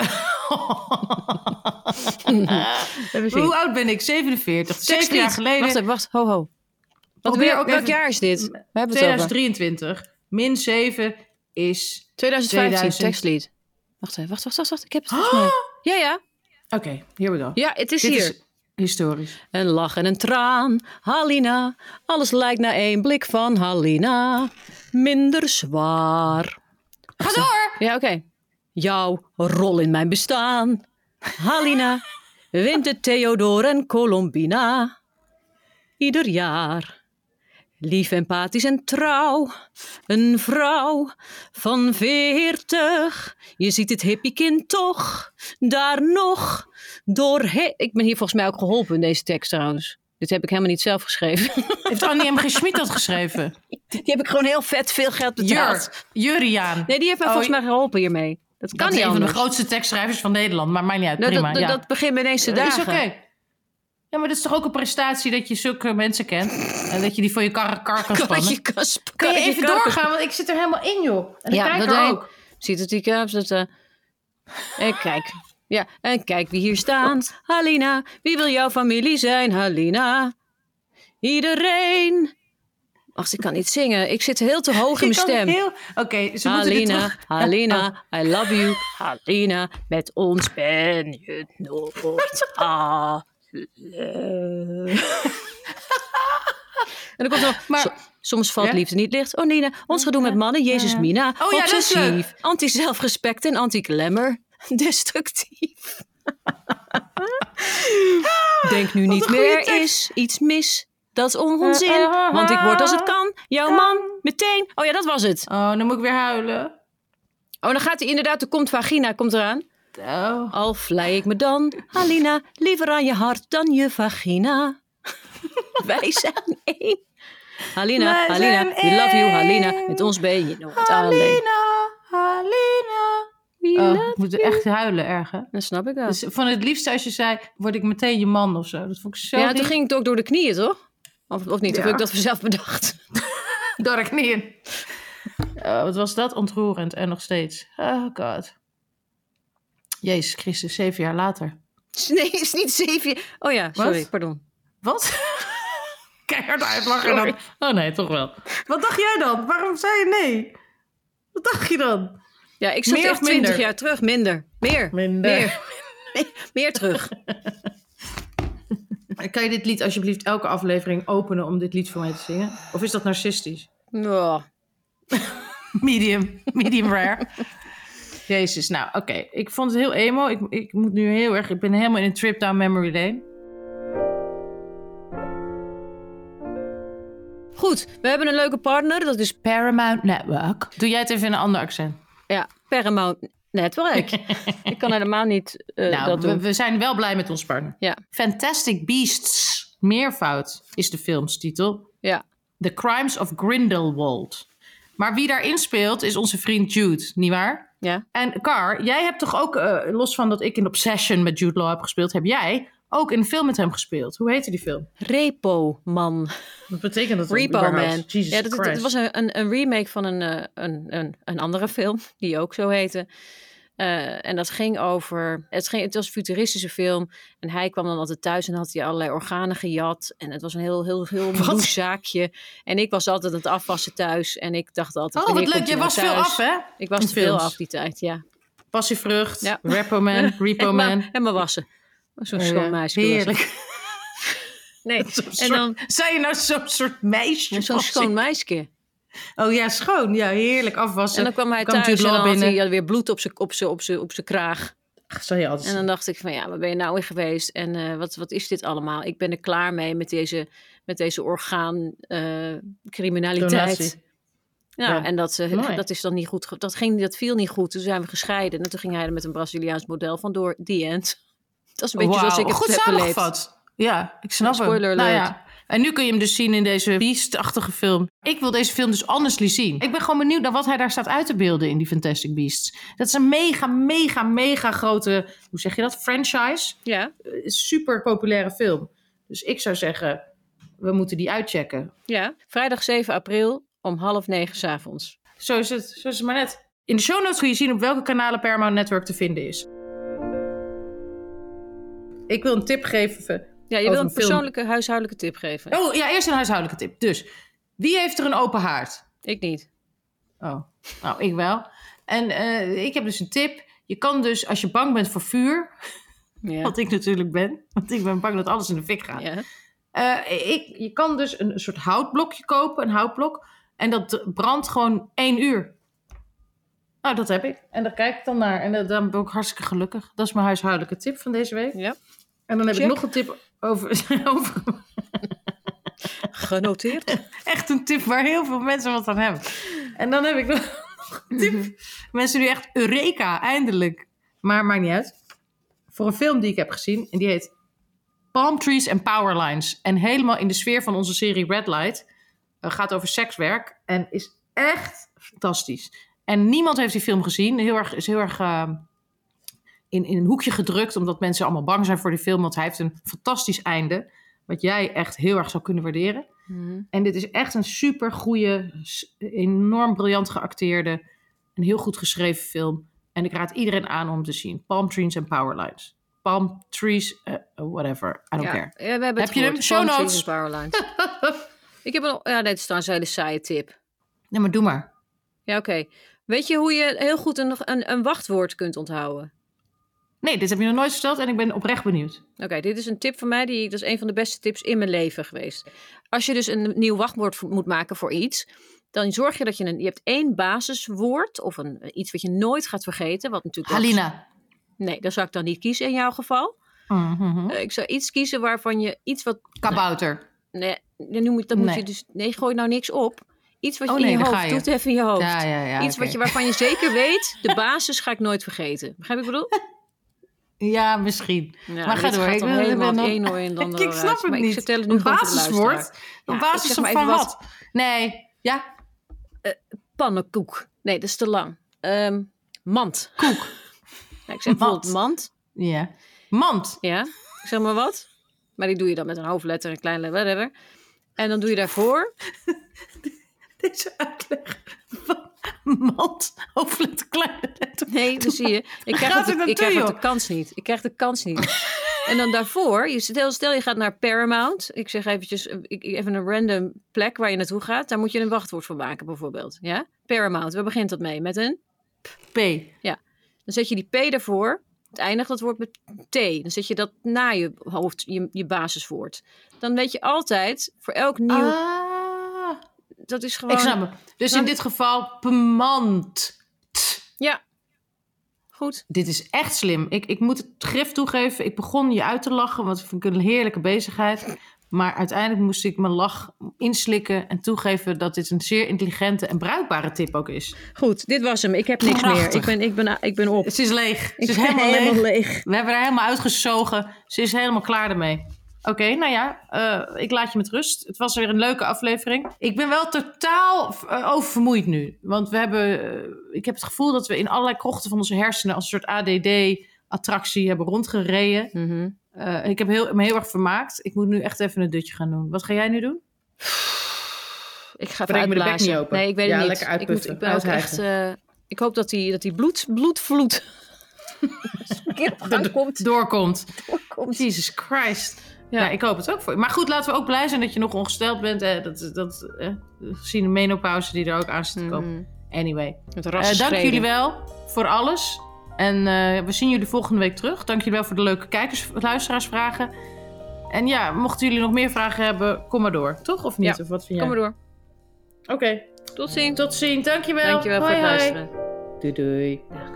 Hoe oud ben ik? 47. 7 jaar geleden. Wacht, ho. Welk jaar is dit? We hebben 2023. Min 7 is... 2015, tekstlied. Wacht. Ik heb het volgens mij. Ja. Oké, here we go. Ja, het is hier. Historisch. Een lach en een traan, Halina. Alles lijkt na 1 blik van Halina. Minder zwaar. Ga door! Ja, oké. Jouw rol in mijn bestaan. Halina wint de Theodor en Colombina. Ieder jaar. Lief, empathisch en trouw. Een vrouw van 40. Je ziet het hippiekind toch. Daar nog doorheen. Ik ben hier volgens mij ook geholpen in deze tekst trouwens. Dit heb ik helemaal niet zelf geschreven. Heeft Annie M. G. Schmid dat geschreven? Die heb ik gewoon heel vet veel geld betaald. Juriaan. Nee, die heeft mij volgens mij geholpen hiermee. Dat kan Dat niet is een van de anders. grootste tekstschrijvers van Nederland. Maar mij niet uit, Nou, prima. dat begint me ineens te dagen. Is oké. Ja, maar dat is toch ook een prestatie dat je zulke mensen kent. En dat je die voor je kar kan spannen. Kun je even doorgaan, want ik zit er helemaal in, joh. En Ja, de dat kijker deed- ook. Ziet het die kaps? En kijk. Ja, en kijk wie hier staan. Halina, wie wil jouw familie zijn, Halina? Iedereen. Wacht, ik kan niet zingen. Ik zit heel te hoog in mijn stem. Oké, ze moeten dit Halina, terug... Halina, I love you. Halina, met ons ben je nooit alleen. En dan komt nog, Maar- soms valt Ja? liefde niet licht. Oh Nina, ons gedoe met mannen, Jezus Mina. Oh ja, dat is leuk. Obsessief, anti-zelfrespect en anti-glamour. Destructief. Denk nu niet een meer, goede er tekst. is iets mis. Dat is onzin, want ik word als het kan. Jouw man, meteen. Oh ja, dat was het. Oh, dan moet ik weer huilen. Oh, dan gaat hij inderdaad, er komt vagina, komt eraan. Oh. Al vlei ik me dan, Halina, liever aan je hart dan je vagina. Wij zijn één. Halina, Wij Halina, zijn we love you, één. Halina. Met ons ben je nooit alleen. Halina. We Oh, love ik moet you. echt huilen, erg hè? Dat snap ik wel. Dus van het liefste als je zei, word ik meteen je man of zo. Dat vond ik zo Ja, lief. toen ging het ook door de knieën, toch? Of niet? Of Ja. heb ik dat zelf bedacht? Door de knieën. Wat was dat ontroerend en nog steeds. Oh god. Jezus Christus, 7 jaar later. Nee, is niet 7. Oh ja, sorry, Wat? pardon. Wat? Keihard uitlachen Sorry. dan. Oh nee, toch wel. Wat dacht jij dan? Waarom zei je nee? Wat dacht je dan? Ja, ik zat Meer echt of minder? 20 jaar terug. Minder. Meer. Minder. Meer terug. Kan je dit lied alsjeblieft elke aflevering openen om dit lied voor mij te zingen? Of is dat narcistisch? Ja. Medium rare. Jezus, nou oké. Ik vond het heel emo. Ik moet nu heel erg... Ik ben helemaal in een trip down memory lane. Goed, we hebben een leuke partner. Dat is Paramount Network. Doe jij het even in een ander accent. ja, Paramount Network. Ik kan helemaal niet Nou, dat doen. we zijn wel blij met ons partner. Ja, Fantastic Beasts, meervoud, is de filmstitel. ja. The Crimes of Grindelwald. Maar wie daarin speelt is onze vriend Jude, nietwaar? Ja. En Car, jij hebt toch ook, los van dat ik in Obsession met Jude Law heb gespeeld, heb jij ook in een film met hem gespeeld. Hoe heette die film? Repo Man. Wat betekent dat? Repo überhaupt? Man. Jesus Ja, dat Christ. was een remake van een andere film, die ook zo heette. En dat ging over... Het was een futuristische film. En hij kwam dan altijd thuis en had hij allerlei organen gejat. En het was een heel moe zaakje. En ik was altijd aan het afwassen thuis. En ik dacht altijd... Oh, wat wanneer leuk. komt Je hij was nou veel thuis? af, hè? Ik was In te veel films. af die tijd, ja. Passievrucht, Ja. Repo Man, Repo Man. En maar wassen. Zo'n Ja, schoon meisje. was het. heerlijk. Nee, en dan Zei je nou zo'n soort meisje? zo'n schoon meisje. Oh ja, schoon. Ja, heerlijk afwassen. En dan kwam hij Kwam thuis en Jude Law dan had binnen. hij weer bloed op zijn kraag. Zou je altijd En dan dacht ik van ja, waar ben je nou weer geweest? En wat is dit allemaal? Ik ben er klaar mee met deze orgaancriminaliteit. Donatie. Nou, Ja. en Mooi. dat is dan niet goed. Dat viel niet goed. Toen zijn we gescheiden. En toen ging hij er met een Braziliaans model vandoor. The end. Dat is een beetje zoals ik het goed heb beleefd. samengevat. Ja, ik snap hem. Spoiler Nou alert. ja. En nu kun je hem dus zien in deze Beast-achtige film. Ik wil deze film dus honestly zien. Ik ben gewoon benieuwd naar wat hij daar staat uit te beelden in die Fantastic Beasts. Dat is een mega grote, hoe zeg je dat, franchise. Ja, Super populaire film. Dus ik zou zeggen, we moeten die uitchecken. ja. Vrijdag 7 april om 8:30 'avonds. Zo is het maar net. In de show notes kun je zien op welke kanalen Paramount Network te vinden is. Ik wil een tip geven. Ja, je over wil een een film. persoonlijke huishoudelijke tip geven. Oh ja, eerst een huishoudelijke tip. Dus, wie heeft er een open haard? Ik niet. Oh, nou, ik wel. En ik heb dus een tip. Je kan dus, als je bang bent voor vuur, Ja. Wat ik natuurlijk ben. Want ik ben bang dat alles in de fik gaat. Ja. Je kan dus een soort houtblokje kopen. Een houtblok. En dat brandt gewoon 1 uur. Nou, dat heb ik. En daar kijk ik dan naar. En dan ben ik hartstikke gelukkig. Dat is mijn huishoudelijke tip van deze week. Ja. En dan heb Check. ik nog een tip over... Genoteerd. Echt een tip waar heel veel mensen wat aan hebben. En dan heb ik nog een tip. Mensen nu echt Eureka, eindelijk. Maar maakt niet uit. Voor een film die ik heb gezien. En die heet Palm Trees and Power Lines. En helemaal in de sfeer van onze serie Red Light. Gaat over sekswerk. En is echt fantastisch. En niemand heeft die film gezien. Is heel erg in een hoekje gedrukt. Omdat mensen allemaal bang zijn voor die film. Want hij heeft een fantastisch einde. Wat jij echt heel erg zou kunnen waarderen. En dit is echt een super goede, enorm briljant geacteerde, een heel goed geschreven film. En ik raad iedereen aan om te zien. Palm Trees and Power Lines. Palm Trees, whatever. I don't care. Ja, we hebben Heb je hem? Show notes. Power Lines. Ik heb dit is trouwens een hele saaie tip. Nee, maar doe maar. Ja, oké. Weet je hoe je heel goed een wachtwoord kunt onthouden? Nee, dit heb je nog nooit verteld en ik ben oprecht benieuwd. Oké, dit is een tip van mij. Dat is een van de beste tips in mijn leven geweest. Als je dus een nieuw wachtwoord moet maken voor iets, dan zorg je dat je hebt 1 basiswoord of iets wat je nooit gaat vergeten. Wat natuurlijk Halina. Nee, dat zou ik dan niet kiezen in jouw geval. Ik zou iets kiezen waarvan je iets wat... Kabouter. Nee, dan moet je dus... Nee, gooi nou niks op. Iets wat je in je dan hoofd doet, even in je hoofd. Ja, iets oké. waarvan je zeker weet, de basis ga ik nooit vergeten. Begrijp je wat ik bedoel? Ja, misschien. Ja, maar ga door. Gaat dan helemaal het een oor in dan Ik snap het maar niet. Ik vertel het nu een gewoon voor de basiswoord? luisteraar. Een Ja, basis ik zeg maar van even wat? Nee, ja. Pannenkoek. Nee, dat is te lang. Mand. Koek. Ja, ik zeg bijvoorbeeld mand. Ja. Mand. Ja, ik zeg maar wat. Maar die doe je dan met een hoofdletter, een klein letter, whatever. En dan doe je daarvoor... Deze uitleg van mand, hoofdletter, kleine letter. Nee, dat zie je. Ik krijg ook de kans niet. Ik krijg de kans niet. En dan daarvoor, stel je gaat naar Paramount. Ik zeg eventjes, even een random plek waar je naartoe gaat. Daar moet je een wachtwoord voor maken bijvoorbeeld. Ja? Paramount, waar begint dat mee? Met een? P. Ja. Dan zet je die P daarvoor. Het eindigt dat woord met T. Dan zet je dat na je hoofd, je basiswoord. Dan weet je altijd, voor elk nieuw... Dat is gewoon... Ik snap het. Dus in dit geval pemand. Ja. Goed. Dit is echt slim. Ik moet het grif toegeven. Ik begon je uit te lachen, want ik vind het een heerlijke bezigheid. Maar uiteindelijk moest ik mijn lach inslikken en toegeven dat dit een zeer intelligente en bruikbare tip ook is. Goed, dit was hem. Ik heb niks Prachtig. meer. Ik ben op. Het is leeg. Ik Ze is ben helemaal leeg. leeg. We hebben haar helemaal uitgezogen. Ze is helemaal klaar ermee. Oké, nou ja, ik laat je met rust. Het was weer een leuke aflevering. Ik ben wel totaal oververmoeid nu. Want ik heb het gevoel dat we in allerlei krochten van onze hersenen als een soort ADD-attractie hebben rondgereden. Mm-hmm. Ik heb me heel erg vermaakt. Ik moet nu echt even een dutje gaan doen. Wat ga jij nu doen? Ik ga Breek even me de bek uitblazen. niet open. Nee, ik weet Ja, het niet. lekker uitpuffen. Ik ben ook echt... ik hoop dat die bloedvloed doorkomt. Jesus Christ. Ja, ik hoop het ook voor je. Maar goed, laten we ook blij zijn dat je nog ongesteld bent. We zien de menopauze die er ook aan zit te komen. Anyway. Dank jullie wel voor alles. En we zien jullie volgende week terug. Dank jullie wel voor de leuke luisteraarsvragen. En ja, mochten jullie nog meer vragen hebben, kom maar door. Toch? Of niet? Ja, of wat vind jij? kom maar door. Oké. Tot ziens. Tot ziens. Dankjewel. Dankjewel voor het luisteren. Doei doei. Dag.